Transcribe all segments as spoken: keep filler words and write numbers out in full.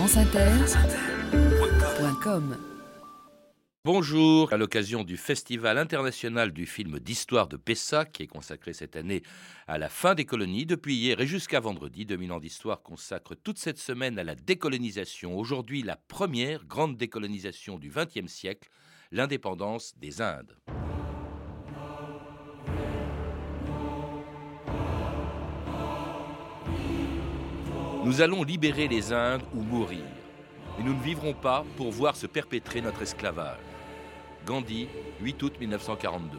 France Inter point com. Bonjour, à l'occasion du Festival international du film d'histoire de Pessac, qui est consacré cette année à la fin des colonies. Depuis hier et jusqu'à vendredi, deux mille ans d'histoire consacre toute cette semaine à la décolonisation. Aujourd'hui, la première grande décolonisation du vingtième siècle, l'indépendance des Indes. Nous allons libérer les Indes ou mourir. Mais nous ne vivrons pas pour voir se perpétrer notre esclavage. Gandhi, huit août mille neuf cent quarante-deux.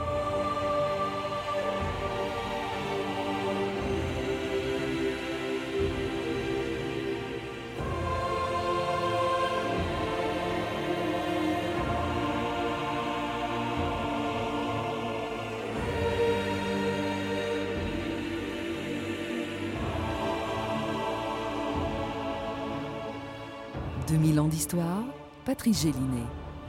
deux mille ans d'histoire, Patrice Gélinet.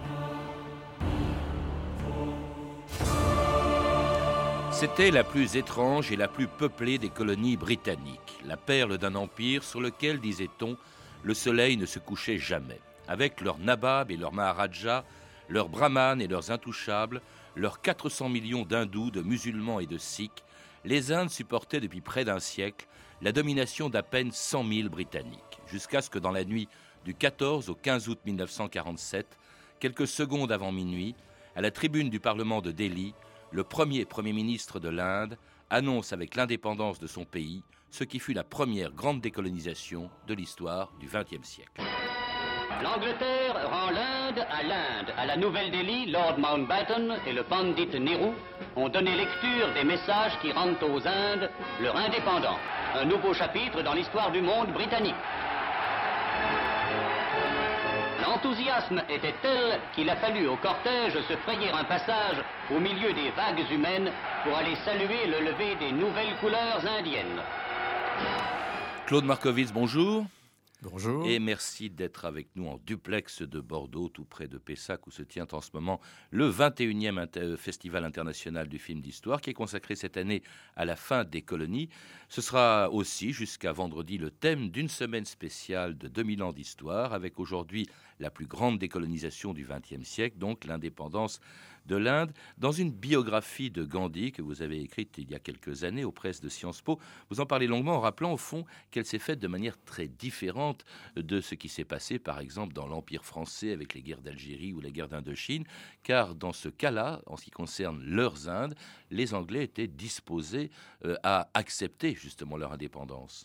C'était la plus étrange et la plus peuplée des colonies britanniques, la perle d'un empire sur lequel, disait-on, le soleil ne se couchait jamais. Avec leurs nababs et leurs maharajas, leurs brahmanes et leurs intouchables, leurs quatre cents millions d'hindous, de musulmans et de sikhs, les Indes supportaient depuis près d'un siècle la domination d'à peine cent mille Britanniques, jusqu'à ce que dans la nuit du quatorze au quinze août mille neuf cent quarante-sept, quelques secondes avant minuit, à la tribune du Parlement de Delhi, le premier Premier ministre de l'Inde annonce avec l'indépendance de son pays ce qui fut la première grande décolonisation de l'histoire du vingtième siècle. L'Angleterre rend l'Inde à l'Inde. À la Nouvelle-Delhi, Lord Mountbatten et le Pandit Nehru ont donné lecture des messages qui rendent aux Indes leur indépendance. Un nouveau chapitre dans l'histoire du monde britannique. L'enthousiasme était tel qu'il a fallu au cortège se frayer un passage au milieu des vagues humaines pour aller saluer le lever des nouvelles couleurs indiennes. Claude Markowitz, bonjour. Bonjour. Et merci d'être avec nous en duplex de Bordeaux, tout près de Pessac, où se tient en ce moment le vingt et unième inter- Festival international du film d'histoire, qui est consacré cette année à la fin des colonies. Ce sera aussi, jusqu'à vendredi, le thème d'une semaine spéciale de deux mille ans d'histoire, avec aujourd'hui la plus grande décolonisation du vingtième siècle, donc l'indépendance de l'Inde. Dans une biographie de Gandhi que vous avez écrite il y a quelques années aux presses de Sciences Po, vous en parlez longuement en rappelant au fond qu'elle s'est faite de manière très différente de ce qui s'est passé par exemple dans l'Empire français avec les guerres d'Algérie ou la guerre d'Indochine, car dans ce cas-là, en ce qui concerne leurs Indes, les Anglais étaient disposés euh, à accepter justement leur indépendance.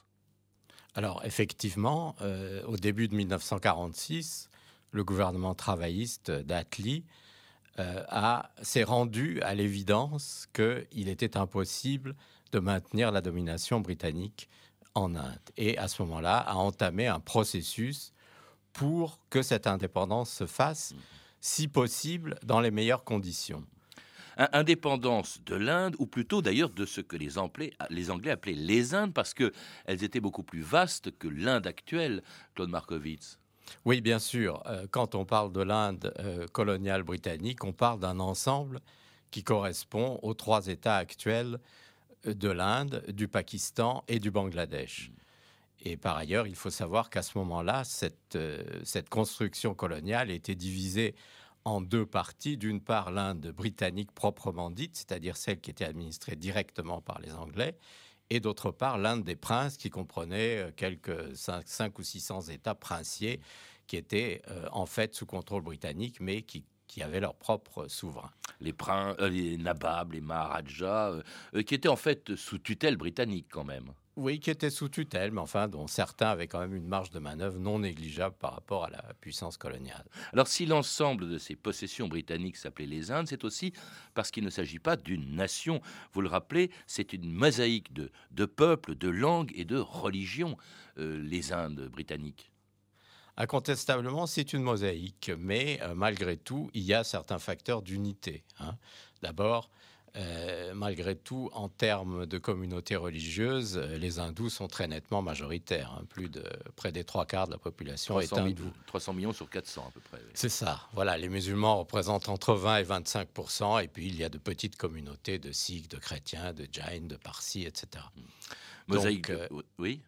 Alors effectivement, euh, au début de mille neuf cent quarante-six, le gouvernement travailliste d'Attlee euh, a, s'est rendu à l'évidence qu'il était impossible de maintenir la domination britannique en Inde. Et à ce moment-là, a entamé un processus pour que cette indépendance se fasse, si possible, dans les meilleures conditions. Indépendance de l'Inde, ou plutôt d'ailleurs de ce que les Anglais, les Anglais appelaient les Indes, parce qu'elles étaient beaucoup plus vastes que l'Inde actuelle, Claude Markowitz. Oui, bien sûr. Euh, quand on parle de l'Inde euh, coloniale britannique, on parle d'un ensemble qui correspond aux trois États actuels de l'Inde, du Pakistan et du Bangladesh. Et par ailleurs, il faut savoir qu'à ce moment-là, cette, euh, cette construction coloniale était divisée en deux parties. D'une part, l'Inde britannique proprement dite, c'est-à-dire celle qui était administrée directement par les Anglais, et d'autre part, l'Inde des princes, qui comprenait quelques cinq ou six cents États princiers qui étaient euh, en fait sous contrôle britannique, mais qui, qui avaient leur propre souverain. Les, princes, euh, les nababs, les maharajas, euh, euh, qui étaient en fait sous tutelle britannique quand même. Oui, qui étaient sous tutelle, mais enfin, dont certains avaient quand même une marge de manœuvre non négligeable par rapport à la puissance coloniale. Alors, si l'ensemble de ces possessions britanniques s'appelait les Indes, c'est aussi parce qu'il ne s'agit pas d'une nation. Vous le rappelez, c'est une mosaïque de, de peuples, de langues et de religions, euh, les Indes britanniques. Incontestablement, c'est une mosaïque, mais euh, malgré tout, il y a certains facteurs d'unité. Hein. D'abord, Euh, malgré tout, en termes de communauté religieuse, les hindous sont très nettement majoritaires. Hein. Plus de près des trois quarts de la population est hindoue. trois cents millions sur quatre cents à peu près. Oui. C'est ça. Voilà, les musulmans représentent entre vingt et vingt-cinq pour cent, et puis il y a de petites communautés de sikhs, de chrétiens, de jains, de parsis, et cetera. Mosaïque. Donc, euh, oui.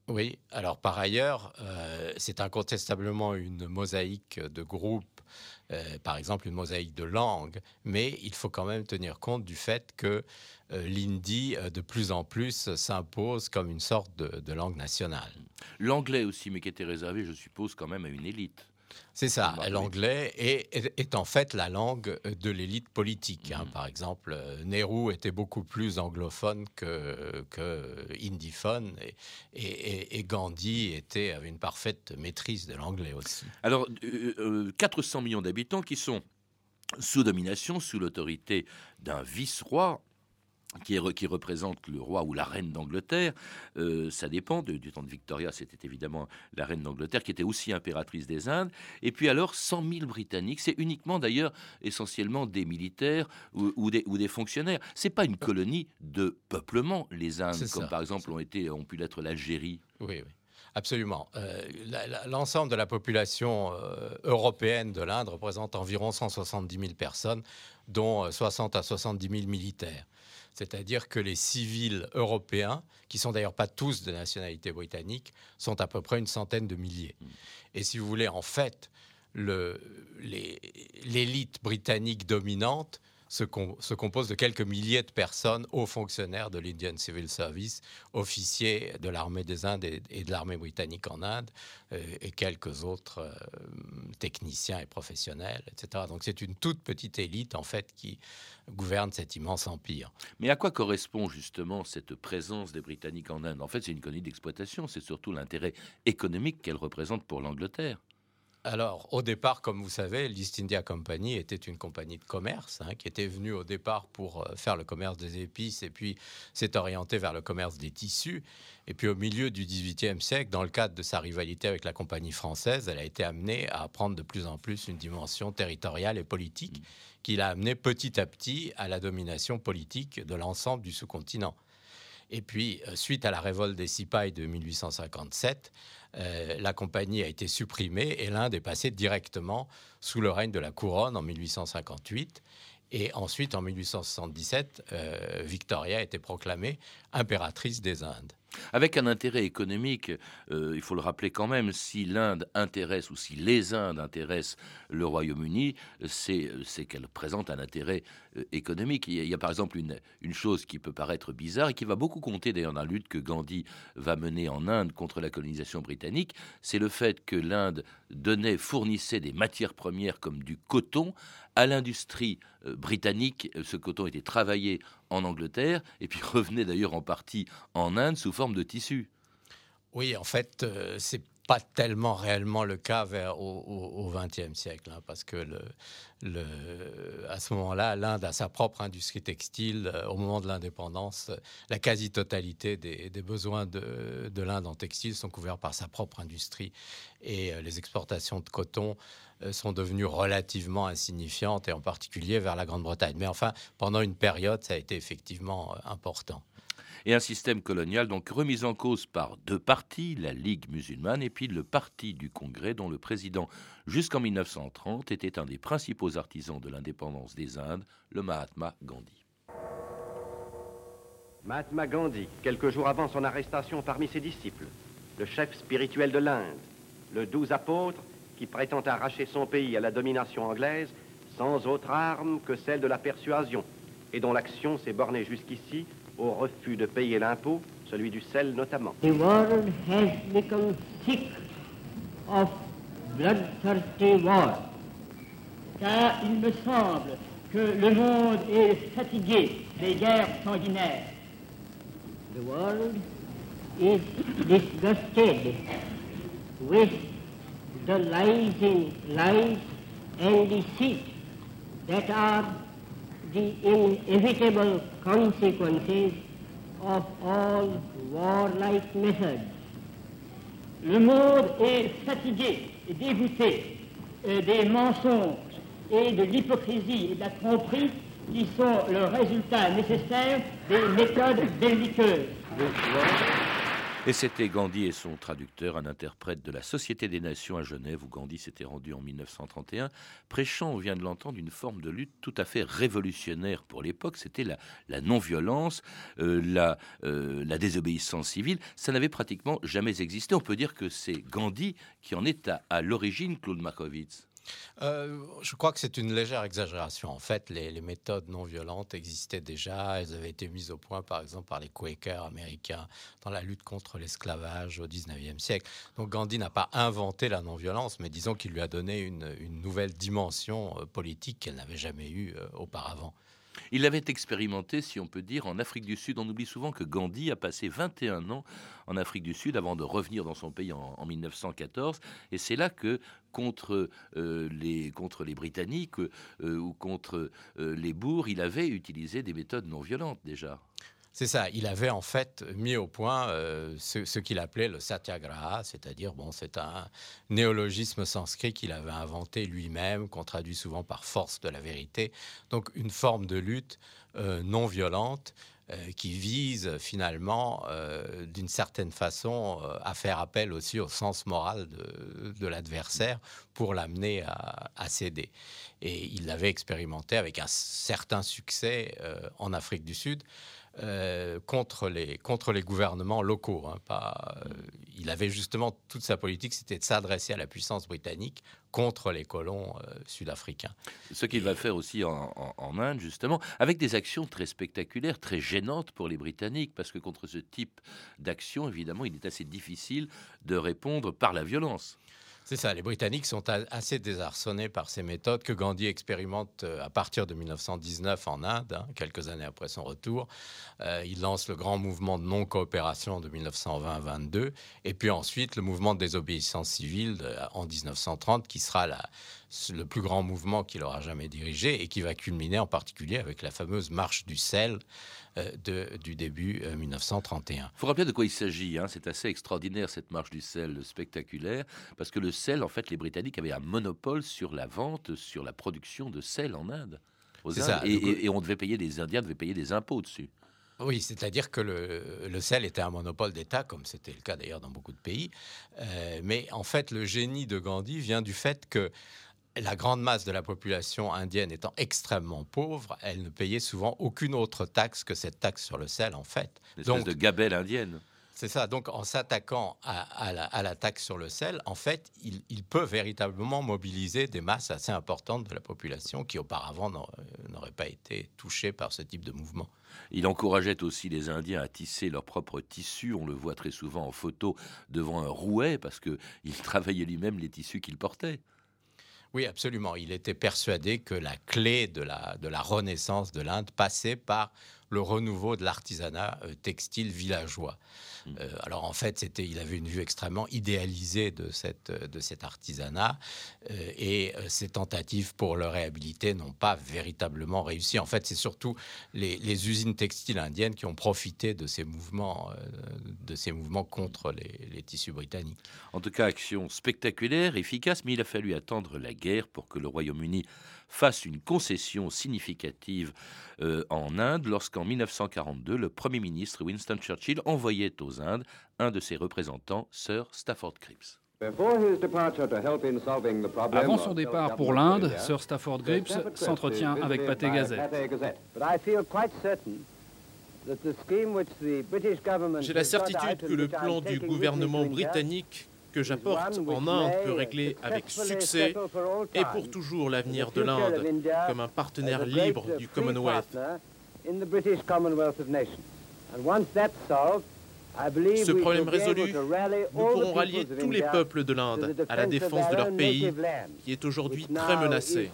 Oui, alors par ailleurs, euh, c'est incontestablement une mosaïque de groupes, euh, par exemple une mosaïque de langues, mais il faut quand même tenir compte du fait que euh, l'hindi, euh, de plus en plus, s'impose comme une sorte de, de langue nationale. L'anglais aussi, mais qui était réservé, je suppose, quand même à une élite. C'est ça, l'anglais est, est, est en fait la langue de l'élite politique. Hein. Mmh. Par exemple, Nehru était beaucoup plus anglophone que, que hindiphone et, et, et Gandhi était, avait une parfaite maîtrise de l'anglais aussi. Alors, euh, euh, quatre cents millions d'habitants qui sont sous domination, sous l'autorité d'un vice-roi, Qui, est, qui représente le roi ou la reine d'Angleterre. Euh, ça dépend. De, du temps de Victoria, c'était évidemment la reine d'Angleterre qui était aussi impératrice des Indes. Et puis alors, cent mille Britanniques. C'est uniquement d'ailleurs essentiellement des militaires ou, ou, des, ou des fonctionnaires. C'est pas une colonie de peuplement, les Indes, C'est comme ça, par exemple ont, été, ont pu l'être l'Algérie. Oui, oui. Absolument. Euh, la, la, l'ensemble de la population euh, européenne de l'Inde représente environ cent soixante-dix mille personnes, dont soixante à soixante-dix mille militaires. C'est-à-dire que les civils européens, qui sont d'ailleurs pas tous de nationalité britannique, sont à peu près une centaine de milliers. Et si vous voulez, en fait, le, les, l'élite britannique dominante se, com- se compose de quelques milliers de personnes, hauts fonctionnaires de l'Indian Civil Service, officiers de l'armée des Indes et, et de l'armée britannique en Inde, euh, et quelques autres euh, techniciens et professionnels, et cetera. Donc c'est une toute petite élite, en fait, qui gouverne cet immense empire. Mais à quoi correspond justement cette présence des Britanniques en Inde ? En fait, c'est une colonie d'exploitation, c'est surtout l'intérêt économique qu'elle représente pour l'Angleterre. Alors, au départ, comme vous savez, l'East India Company était une compagnie de commerce hein, qui était venue au départ pour euh, faire le commerce des épices et puis s'est orientée vers le commerce des tissus. Et puis au milieu du dix-huitième siècle, dans le cadre de sa rivalité avec la compagnie française, elle a été amenée à prendre de plus en plus une dimension territoriale et politique qui l'a amenée petit à petit à la domination politique de l'ensemble du sous-continent. Et puis, suite à la révolte des Sipahs de mille huit cent cinquante-sept, euh, la compagnie a été supprimée et l'Inde est passée directement sous le règne de la couronne en mille huit cent cinquante-huit. Et ensuite, en mille huit cent soixante-dix-sept, euh, Victoria a été proclamée impératrice des Indes. Avec un intérêt économique, euh, il faut le rappeler quand même, si l'Inde intéresse ou si les Indes intéressent le Royaume-Uni, c'est, c'est qu'elle présente un intérêt euh, économique. Il y, a, il y a par exemple une, une chose qui peut paraître bizarre et qui va beaucoup compter d'ailleurs dans la lutte que Gandhi va mener en Inde contre la colonisation britannique, c'est le fait que l'Inde donnait, fournissait des matières premières comme du coton à l'industrie euh, britannique. Ce coton était travaillé en Angleterre et puis revenait d'ailleurs en partie en Inde sous forme de tissu. Oui, en fait, euh, c'est pas tellement réellement le cas vers, au vingtième siècle, hein, parce que le, le, à ce moment-là, l'Inde a sa propre industrie textile. Euh, au moment de l'indépendance, la quasi-totalité des, des besoins de, de l'Inde en textile sont couverts par sa propre industrie. Et euh, les exportations de coton euh, sont devenues relativement insignifiantes, et en particulier vers la Grande-Bretagne. Mais enfin, pendant une période, ça a été effectivement euh, important. Et un système colonial donc remis en cause par deux partis, la Ligue musulmane et puis le Parti du Congrès, dont le président, jusqu'en mille neuf cent trente, était un des principaux artisans de l'indépendance des Indes, le Mahatma Gandhi. Mahatma Gandhi, quelques jours avant son arrestation parmi ses disciples, le chef spirituel de l'Inde, le douze apôtre qui prétend arracher son pays à la domination anglaise sans autre arme que celle de la persuasion et dont l'action s'est bornée jusqu'ici au refus de payer l'impôt, celui du sel notamment. The world has become sick of bloodthirsty war. Car il me semble que le monde est fatigué des guerres sanguinaires. The world is disgusted with the lies in lies and deceit that are the inevitable consequences of all warlike methods. Le monde est fatigué et dégoûté euh, des mensonges et de l'hypocrisie et de la tromperie qui sont le résultat nécessaire des méthodes belliqueuses. Et c'était Gandhi et son traducteur, un interprète de la Société des Nations à Genève, où Gandhi s'était rendu en mille neuf cent trente et un, prêchant, on vient de l'entendre, une forme de lutte tout à fait révolutionnaire pour l'époque. C'était la, la non-violence, euh, la, euh, la désobéissance civile. Ça n'avait pratiquement jamais existé. On peut dire que c'est Gandhi qui en est à, à l'origine, Claude Markovits. Euh, je crois que c'est une légère exagération. En fait, les, les méthodes non violentes existaient déjà. Elles avaient été mises au point, par exemple, par les Quakers américains dans la lutte contre l'esclavage au dix-neuvième siècle. Donc Gandhi n'a pas inventé la non-violence, mais disons qu'il lui a donné une, une nouvelle dimension euh, politique qu'elle n'avait jamais eue euh, auparavant. Il l'avait expérimenté, si on peut dire, en Afrique du Sud. On oublie souvent que Gandhi a passé vingt et un ans en Afrique du Sud avant de revenir dans son pays en, en mille neuf cent quatorze. Et c'est là que, contre, euh, les, contre les Britanniques euh, ou contre euh, les Boers, il avait utilisé des méthodes non violentes déjà. C'est ça, il avait en fait mis au point euh, ce, ce qu'il appelait le satyagraha, c'est-à-dire, bon, c'est un néologisme sanskrit qu'il avait inventé lui-même, qu'on traduit souvent par force de la vérité. Donc une forme de lutte euh, non violente euh, qui vise finalement, euh, d'une certaine façon, euh, à faire appel aussi au sens moral de, de l'adversaire pour l'amener à, à céder. Et il l'avait expérimenté avec un certain succès euh, en Afrique du Sud. Euh, contre, les, contre les gouvernements locaux. Hein, pas, euh, il avait justement toute sa politique, c'était de s'adresser à la puissance britannique contre les colons euh, sud-africains. Ce qu'il Et... va faire aussi en, en, en Inde, justement, avec des actions très spectaculaires, très gênantes pour les Britanniques, parce que contre ce type d'action, évidemment, il est assez difficile de répondre par la violence. C'est ça, les Britanniques sont assez désarçonnés par ces méthodes que Gandhi expérimente à partir de mille neuf cent dix-neuf en Inde, hein, quelques années après son retour. Euh, il lance le grand mouvement de non-coopération de mille neuf cent vingt vingt-deux, et puis ensuite le mouvement de désobéissance civile de, en dix-neuf cent trente, qui sera la, le plus grand mouvement qu'il aura jamais dirigé, et qui va culminer en particulier avec la fameuse marche du sel euh, de, du début euh, mille neuf cent trente et un. Il faut rappeler de quoi il s'agit, hein. C'est assez extraordinaire cette marche du sel spectaculaire, parce que le sel, en fait, les Britanniques avaient un monopole sur la vente, sur la production de sel en Inde. Aux Indes, ça, et, coup... et, et on devait payer, les Indiens devaient payer des impôts dessus. Oui, c'est-à-dire que le, le sel était un monopole d'État, comme c'était le cas d'ailleurs dans beaucoup de pays. Euh, mais en fait, le génie de Gandhi vient du fait que la grande masse de la population indienne étant extrêmement pauvre, elle ne payait souvent aucune autre taxe que cette taxe sur le sel, en fait. Une espèce Donc, de gabelle indienne. C'est ça. Donc, en s'attaquant à, à, la, à la taxe sur le sel, en fait, il, il peut véritablement mobiliser des masses assez importantes de la population qui, auparavant, n'auraient pas été touchées par ce type de mouvement. Il encourageait aussi les Indiens à tisser leur propre tissu. On le voit très souvent en photo devant un rouet parce qu'il travaillait lui-même les tissus qu'il portait. Oui, absolument. Il était persuadé que la clé de la, de la renaissance de l'Inde passait par le renouveau de l'artisanat euh, textile villageois. Euh, alors en fait, c'était, il avait une vue extrêmement idéalisée de, cette, de cet artisanat euh, et euh, ses tentatives pour le réhabiliter n'ont pas véritablement réussi. En fait, c'est surtout les, les usines textiles indiennes qui ont profité de ces mouvements, euh, de ces mouvements contre les, les tissus britanniques. En tout cas, action spectaculaire, efficace, mais il a fallu attendre la guerre pour que le Royaume-Uni fasse une concession significative euh, en Inde, lorsqu'en mille neuf cent quarante-deux, le Premier ministre Winston Churchill envoyait aux Indes un de ses représentants, Sir Stafford Cripps. Avant son départ pour l'Inde, Sir Stafford Cripps s'entretient avec Pathé Gazette. J'ai la certitude que le plan du gouvernement britannique que j'apporte en Inde peut régler avec succès et pour toujours l'avenir de l'Inde comme un partenaire libre du Commonwealth. Ce problème résolu, nous pourrons rallier tous les peuples de l'Inde à la défense de leur pays, qui est aujourd'hui très menacé.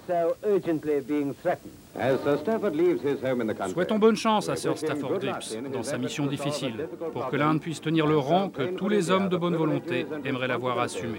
Souhaitons bonne chance à Sir Stafford Cripps dans sa mission difficile, pour que l'Inde puisse tenir le rang que tous les hommes de bonne volonté aimeraient la voir assumer.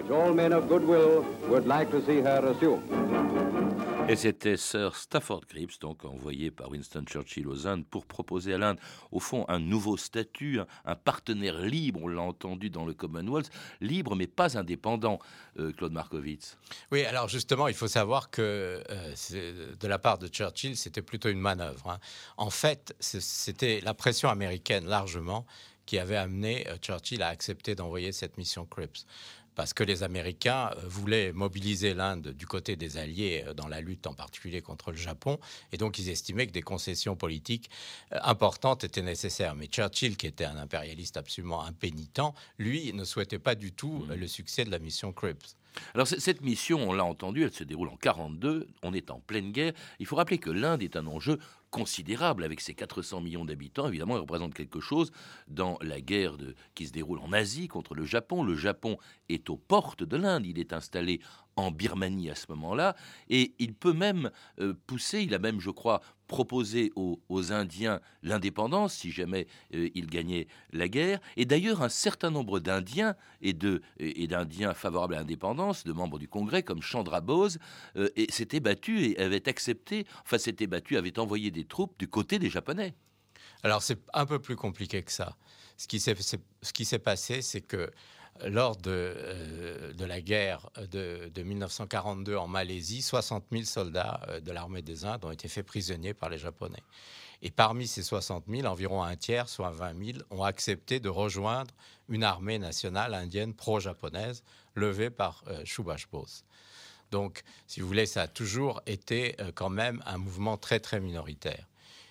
Et c'était Sir Stafford Cripps, donc envoyé par Winston Churchill aux Indes pour proposer à l'Inde, au fond, un nouveau statut, un, un partenaire libre, on l'a entendu dans le Commonwealth, libre mais pas indépendant, euh, Claude Markovits. Oui, alors justement, il faut savoir que euh, c'est, de la part de Churchill, c'était plutôt une manœuvre. Hein. En fait, c'était la pression américaine largement qui avait amené euh, Churchill à accepter d'envoyer cette mission Cripps. Parce que les Américains voulaient mobiliser l'Inde du côté des Alliés dans la lutte en particulier contre le Japon, et donc ils estimaient que des concessions politiques importantes étaient nécessaires. Mais Churchill, qui était un impérialiste absolument impénitent, lui ne souhaitait pas du tout mmh. le succès de la mission Cripps. Alors cette mission, on l'a entendu, elle se déroule en quarante-deux, on est en pleine guerre. Il faut rappeler que l'Inde est un enjeu considérable avec ses quatre cents millions d'habitants. Évidemment, il représente quelque chose dans la guerre de, qui se déroule en Asie contre le Japon. Le Japon est aux portes de l'Inde, il est installé en Birmanie à ce moment-là, et il peut même euh, pousser, il a même, je crois, proposé aux, aux Indiens l'indépendance si jamais euh, ils gagnaient la guerre. Et d'ailleurs, un certain nombre d'Indiens et, de, et d'Indiens favorables à l'indépendance, de membres du Congrès comme Chandra Bose, euh, et s'étaient battus et avaient accepté, enfin s'étaient battus, avaient envoyé des troupes du côté des Japonais. Alors c'est un peu plus compliqué que ça. Ce qui s'est, ce qui s'est passé, c'est que lors de, euh, de la guerre de, de mille neuf cent quarante-deux en Malaisie, soixante mille soldats de l'armée des Indes ont été faits prisonniers par les Japonais. Et parmi ces soixante mille, environ un tiers, soit vingt mille, ont accepté de rejoindre une armée nationale indienne pro-japonaise levée par euh, Subhash Bose. Donc, si vous voulez, ça a toujours été euh, quand même un mouvement très, très minoritaire.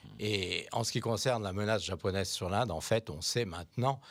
Et en ce qui concerne la menace japonaise sur l'Inde, en fait, on sait maintenant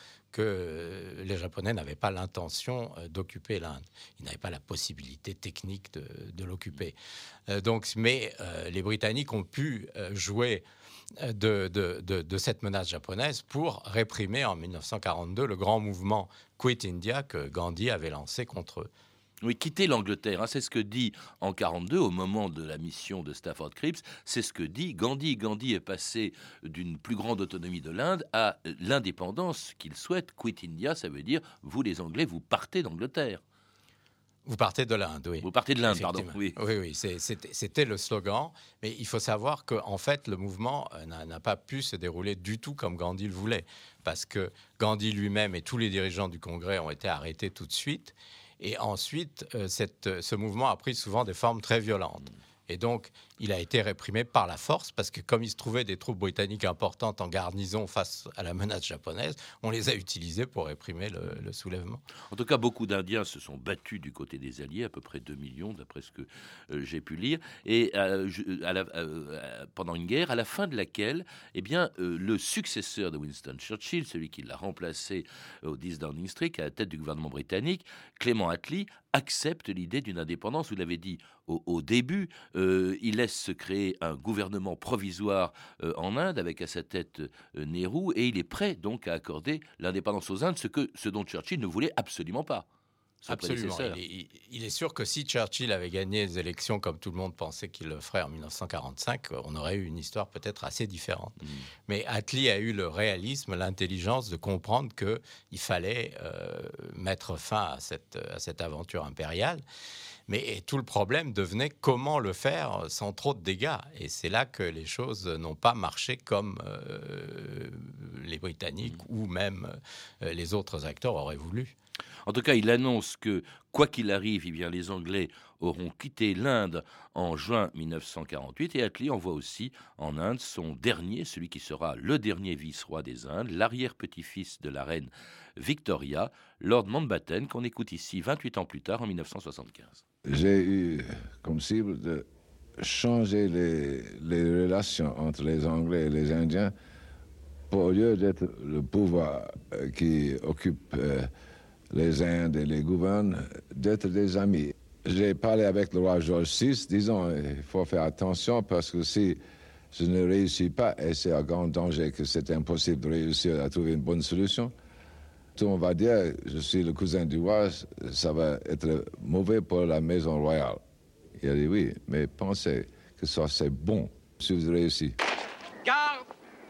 que les Japonais n'avaient pas l'intention d'occuper l'Inde. Ils n'avaient pas la possibilité technique de, de l'occuper. Euh, donc, mais euh, les Britanniques ont pu euh, jouer de, de, de, de cette menace japonaise pour réprimer en mille neuf cent quarante-deux le grand mouvement Quit India que Gandhi avait lancé contre eux. Oui, quitter l'Angleterre, hein, c'est ce que dit en quarante-deux, au moment de la mission de Stafford Cripps, c'est ce que dit Gandhi. Gandhi est passé d'une plus grande autonomie de l'Inde à l'indépendance qu'il souhaite. Quit India, ça veut dire, vous les Anglais, vous partez d'Angleterre. Vous partez de l'Inde, oui. Vous partez de l'Inde, pardon. Oui, oui, oui c'est, c'était, c'était le slogan. Mais il faut savoir qu'en fait, le mouvement n'a, n'a pas pu se dérouler du tout comme Gandhi le voulait. Parce que Gandhi lui-même et tous les dirigeants du Congrès ont été arrêtés tout de suite. Et ensuite, euh, cette, ce mouvement a pris souvent des formes très violentes. Et donc, il a été réprimé par la force, parce que comme il se trouvait des troupes britanniques importantes en garnison face à la menace japonaise, on les a utilisées pour réprimer le, le soulèvement. En tout cas, beaucoup d'Indiens se sont battus du côté des Alliés, à peu près deux millions, d'après ce que euh, j'ai pu lire, et euh, je, à la, euh, pendant une guerre, à la fin de laquelle, eh bien, euh, le successeur de Winston Churchill, celui qui l'a remplacé au dix Downing Street, à la tête du gouvernement britannique, Clement Attlee, accepte l'idée d'une indépendance. Vous l'avez dit au, au début, euh, il laisse se créer un gouvernement provisoire euh, en Inde avec à sa tête euh, Nehru, et il est prêt donc à accorder l'indépendance aux Indes, ce, que, ce dont Churchill ne voulait absolument pas. Absolument. Il est, il est sûr que si Churchill avait gagné les élections comme tout le monde pensait qu'il le ferait en mille neuf cent quarante-cinq, on aurait eu une histoire peut-être assez différente. Mmh. Mais Attlee a eu le réalisme, l'intelligence de comprendre qu'il fallait euh, mettre fin à cette, à cette aventure impériale. Mais tout le problème devenait comment le faire sans trop de dégâts. Et c'est là que les choses n'ont pas marché comme euh, les Britanniques mmh. ou même euh, les autres acteurs auraient voulu. En tout cas, il annonce que, quoi qu'il arrive, eh bien, les Anglais auront quitté l'Inde en juin mille neuf cent quarante-huit. Et Attlee envoie aussi en Inde son dernier, celui qui sera le dernier vice-roi des Indes, l'arrière-petit-fils de la reine Victoria, Lord Mountbatten, qu'on écoute ici vingt-huit ans plus tard, en mille neuf cent soixante-quinze. J'ai eu comme cible de changer les, les relations entre les Anglais et les Indiens pour, au lieu d'être le pouvoir euh, qui occupe euh, les Indes et les gouverne, d'être des amis. J'ai parlé avec le roi George six, disons, il faut faire attention parce que si je ne réussis pas, et c'est un grand danger que c'est impossible de réussir à trouver une bonne solution, tout on va dire, je suis le cousin du roi, ça va être mauvais pour la maison royale. Il a dit oui, mais pensez que ça c'est bon si vous réussissez. Garde,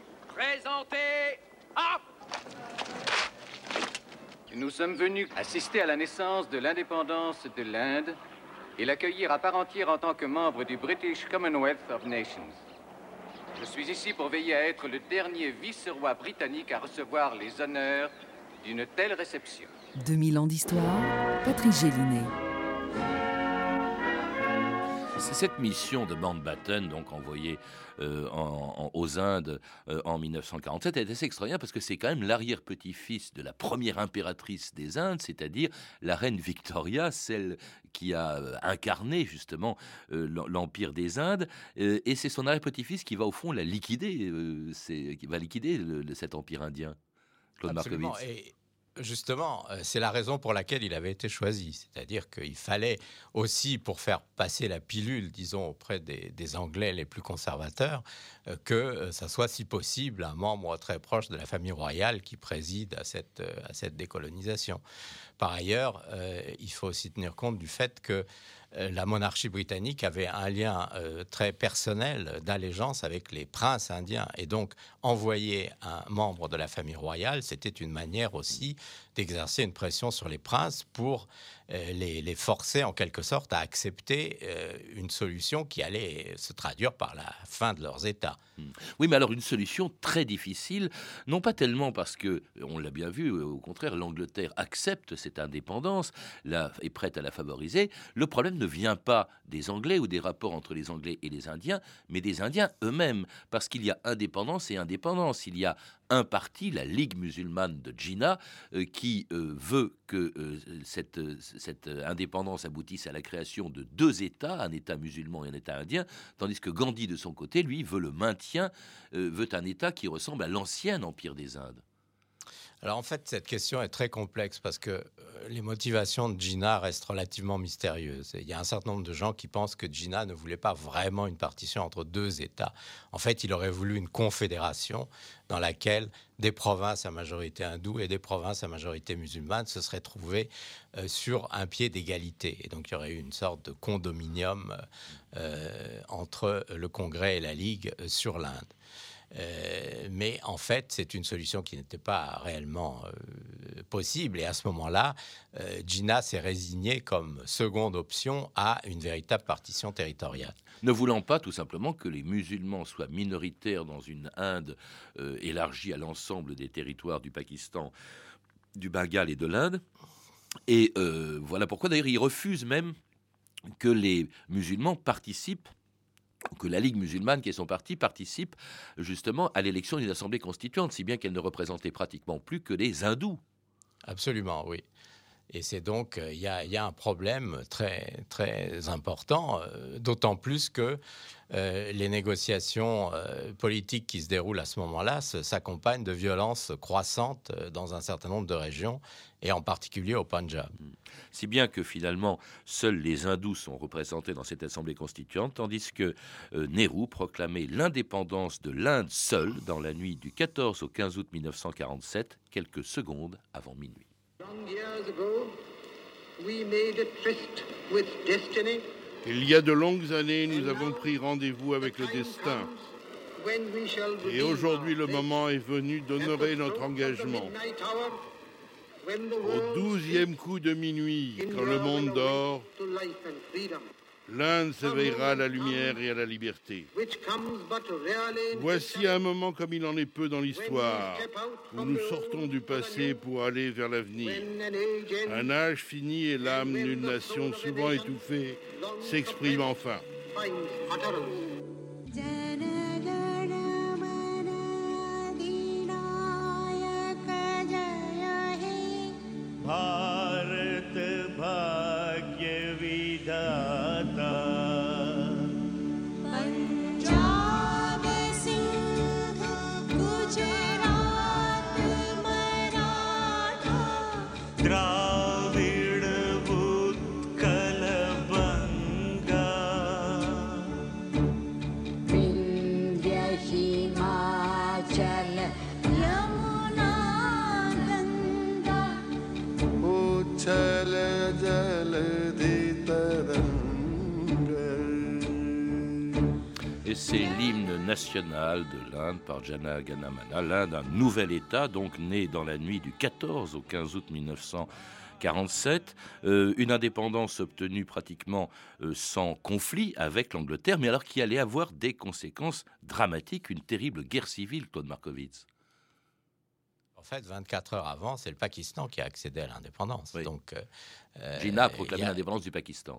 présentez, hop! Nous sommes venus assister à la naissance de l'indépendance de l'Inde et l'accueillir à part entière en tant que membre du British Commonwealth of Nations. Je suis ici pour veiller à être le dernier vice-roi britannique à recevoir les honneurs d'une telle réception. deux mille ans d'histoire, Patrice Gélinet. Cette mission de Mountbatten, donc envoyée euh, en, en, aux Indes euh, en mille neuf cent quarante-sept, est assez extraordinaire parce que c'est quand même l'arrière-petit-fils de la première impératrice des Indes, c'est-à-dire la reine Victoria, celle qui a euh, incarné justement euh, l'empire des Indes, euh, et c'est son arrière-petit-fils qui va au fond la liquider, euh, c'est, qui va liquider le, le, cet empire indien. Claude Absolument. Markovits. Et justement, c'est la raison pour laquelle il avait été choisi. C'est-à-dire qu'il fallait aussi, pour faire passer la pilule, disons, auprès des, des Anglais les plus conservateurs, euh, que ça soit, si possible, un membre très proche de la famille royale qui préside à cette, à cette décolonisation. Par ailleurs, euh, il faut aussi tenir compte du fait que euh, la monarchie britannique avait un lien euh, très personnel d'allégeance avec les princes indiens. Et donc, envoyer un membre de la famille royale, c'était une manière aussi d'exercer une pression sur les princes pour euh, les, les forcer en quelque sorte à accepter euh, une solution qui allait se traduire par la fin de leurs États. Oui, mais alors une solution très difficile, non pas tellement parce que, on l'a bien vu, au contraire, l'Angleterre accepte cette indépendance, là, est prête à la favoriser. Le problème ne vient pas des Anglais ou des rapports entre les Anglais et les Indiens, mais des Indiens eux-mêmes, parce qu'il y a indépendance et indépendance. Il y a un parti, la Ligue musulmane de Jinnah, euh, qui euh, veut que euh, cette, cette indépendance aboutisse à la création de deux États, un État musulman et un État indien, tandis que Gandhi, de son côté, lui, veut le maintien, euh, veut un État qui ressemble à l'ancien empire des Indes. Alors en fait, cette question est très complexe parce que euh, les motivations de Jinnah restent relativement mystérieuses. Et il y a un certain nombre de gens qui pensent que Jinnah ne voulait pas vraiment une partition entre deux États. En fait, il aurait voulu une confédération dans laquelle des provinces à majorité hindoue et des provinces à majorité musulmane se seraient trouvées euh, sur un pied d'égalité. Et donc il y aurait eu une sorte de condominium euh, entre le Congrès et la Ligue euh, sur l'Inde. Euh, mais en fait, c'est une solution qui n'était pas réellement euh, possible. Et à ce moment-là, euh, Jinnah s'est résigné comme seconde option à une véritable partition territoriale. Ne voulant pas tout simplement que les musulmans soient minoritaires dans une Inde euh, élargie à l'ensemble des territoires du Pakistan, du Bengale et de l'Inde. Et euh, voilà pourquoi d'ailleurs il refuse même que les musulmans participent, que la Ligue musulmane, qui est son parti, participe justement à l'élection d'une assemblée constituante, si bien qu'elle ne représentait pratiquement plus que les hindous. Absolument, oui. Et c'est donc, il y, y a un problème très, très important, euh, d'autant plus que euh, les négociations euh, politiques qui se déroulent à ce moment-là s'accompagnent de violences croissantes dans un certain nombre de régions, et en particulier au Punjab. Si bien que finalement, seuls les hindous sont représentés dans cette assemblée constituante, tandis que euh, Nehru proclamait l'indépendance de l'Inde seule dans la nuit du quatorze au quinze août mille neuf cent quarante-sept, quelques secondes avant minuit. Il y a de longues années, nous avons pris rendez-vous avec le destin. Et aujourd'hui, le moment est venu d'honorer notre engagement. Au douzième coup de minuit, quand le monde dort, l'Inde s'éveillera à la lumière et à la liberté. Voici un moment comme il en est peu dans l'histoire, où nous sortons du passé pour aller vers l'avenir. Un âge fini et l'âme d'une nation souvent étouffée s'exprime enfin. Et c'est l'hymne national de l'Inde par Jana Gana Mana. L'Inde, un nouvel État, donc né dans la nuit du quatorze au quinze août mille neuf cent quarante-sept. Euh, une indépendance obtenue pratiquement euh, sans conflit avec l'Angleterre, mais alors qui allait avoir des conséquences dramatiques, une terrible guerre civile, Claude Markovits. En fait, vingt-quatre heures avant, c'est le Pakistan qui a accédé à l'indépendance. Oui. Donc, euh, Jinnah a proclamé a... l'indépendance du Pakistan, oui.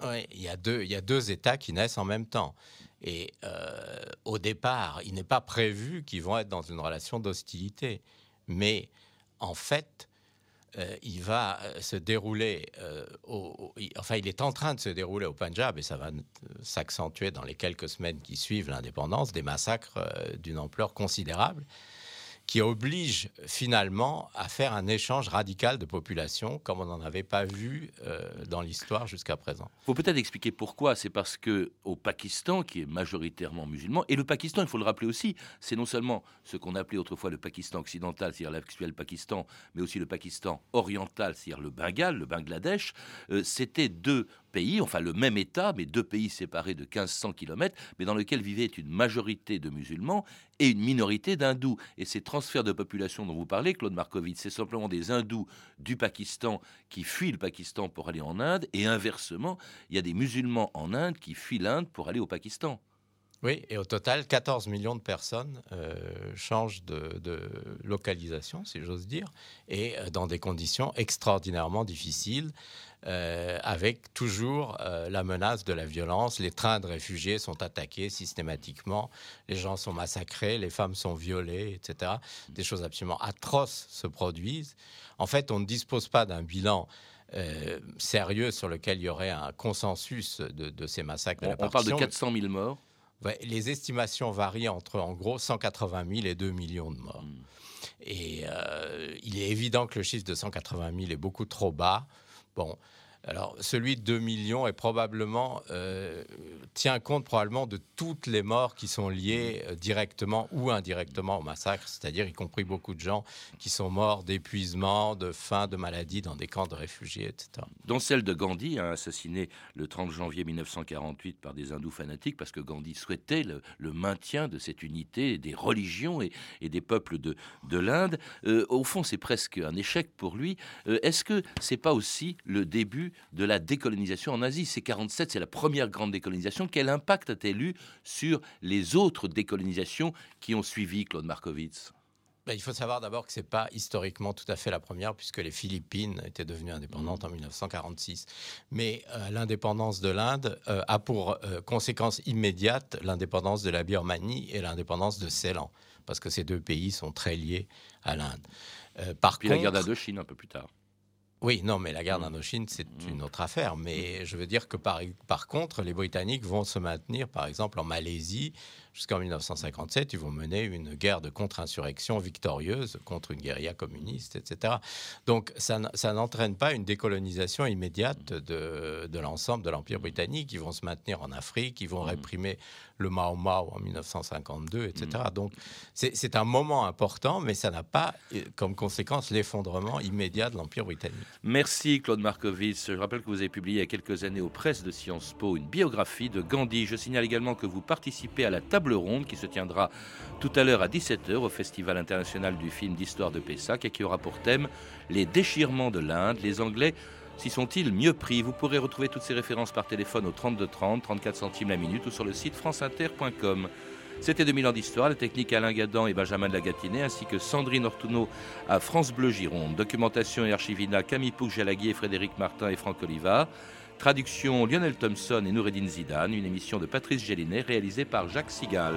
Oui, il y a deux, il y a deux États qui naissent en même temps. Et euh, au départ, il n'est pas prévu qu'ils vont être dans une relation d'hostilité. Mais en fait, euh, il va se dérouler, euh, au, au, enfin, il est en train de se dérouler au Pendjab, et ça va s'accentuer dans les quelques semaines qui suivent l'indépendance, des massacres euh, d'une ampleur considérable, qui oblige finalement à faire un échange radical de population comme on n'en avait pas vu euh, dans l'histoire jusqu'à présent. Il faut peut-être expliquer pourquoi. C'est parce qu'au Pakistan, qui est majoritairement musulman, et le Pakistan, il faut le rappeler aussi, c'est non seulement ce qu'on appelait autrefois le Pakistan occidental, c'est-à-dire l'actuel Pakistan, mais aussi le Pakistan oriental, c'est-à-dire le Bengale, le Bangladesh. Euh, c'était deux pays, enfin le même État, mais deux pays séparés de mille cinq cents kilomètres, mais dans lesquels vivait une majorité de musulmans et une minorité d'hindous. Et ces transferts de population dont vous parlez, Claude Markovitch, c'est simplement des hindous du Pakistan qui fuient le Pakistan pour aller en Inde, et inversement, il y a des musulmans en Inde qui fuient l'Inde pour aller au Pakistan. Oui, et au total, quatorze millions de personnes euh, changent de, de localisation, si j'ose dire, et dans des conditions extraordinairement difficiles, euh, avec toujours euh, la menace de la violence. Les trains de réfugiés sont attaqués systématiquement, les gens sont massacrés, les femmes sont violées, et cetera. Des choses absolument atroces se produisent. En fait, on ne dispose pas d'un bilan euh, sérieux sur lequel il y aurait un consensus de, de ces massacres. On, de la on parle de quatre cent mille morts. Ouais, les estimations varient entre, en gros, cent quatre-vingt mille et deux millions de morts. Mmh. Et euh, il est évident que le chiffre de cent quatre-vingt mille est beaucoup trop bas. Bon, alors celui de deux millions est probablement, euh, tient compte probablement de toutes les morts qui sont liées euh, directement ou indirectement au massacre, c'est-à-dire y compris beaucoup de gens qui sont morts d'épuisement, de faim, de maladie dans des camps de réfugiés, et cetera. Dont celle de Gandhi, hein, assassiné le trente janvier mille neuf cent quarante-huit par des hindous fanatiques, parce que Gandhi souhaitait le, le maintien de cette unité des religions et, et des peuples de, de l'Inde. Euh, au fond, c'est presque un échec pour lui. Euh, est-ce que c'est pas aussi le début de la décolonisation en Asie? C'est quarante-sept, c'est la première grande décolonisation. Quel impact a-t-elle eu sur les autres décolonisations qui ont suivi, Claude Markovitch? Ben, il faut savoir d'abord que ce n'est pas historiquement tout à fait la première, puisque les Philippines étaient devenues indépendantes mmh. en mille neuf cent quarante-six. Mais euh, l'indépendance de l'Inde euh, a pour euh, conséquence immédiate l'indépendance de la Birmanie et l'indépendance de Ceylan, parce que ces deux pays sont très liés à l'Inde. Euh, par Puis contre, la guerre d'Indochine un peu plus tard. Oui, non, mais la guerre d'Indochine, c'est mmh. une autre affaire. Mais je veux dire que par, par contre, les Britanniques vont se maintenir, par exemple, en Malaisie. Jusqu'en mille neuf cent cinquante-sept, ils vont mener une guerre de contre-insurrection victorieuse contre une guérilla communiste, et cetera. Donc, ça, ça n'entraîne pas une décolonisation immédiate de, de l'ensemble de l'Empire britannique. Ils vont se maintenir en Afrique, ils vont réprimer le Mau Mau en mille neuf cent cinquante-deux, et cetera. Donc, c'est, c'est un moment important, mais ça n'a pas comme conséquence l'effondrement immédiat de l'Empire britannique. Merci Claude Markovitch. Je rappelle que vous avez publié il y a quelques années aux presses de Sciences Po une biographie de Gandhi. Je signale également que vous participez à la table ronde qui se tiendra tout à l'heure à dix-sept heures au Festival international du film d'histoire de Pessac et qui aura pour thème les déchirements de l'Inde. Les Anglais s'y sont-ils mieux pris? Vous pourrez retrouver toutes ces références par téléphone au trente-deux trente, trente-quatre centimes la minute ou sur le site franceinter point com. C'était deux mille ans d'histoire, la technique Alain Gadan et Benjamin de la Gatinet, ainsi que Sandrine Ortuno à France Bleu Gironde. Documentation et archivina Camille Pouc-Jalagui et Frédéric Martin et Franck Oliva. Traduction Lionel Thompson et Noureddine Zidane, une émission de Patrice Gélinet réalisée par Jacques Sigal.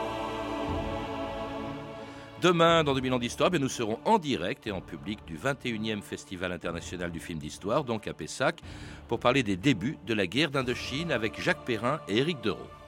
Demain, dans deux mille ans d'histoire, nous serons en direct et en public du vingt et unième Festival international du film d'histoire, donc à Pessac, pour parler des débuts de la guerre d'Indochine avec Jacques Perrin et Éric Dereau.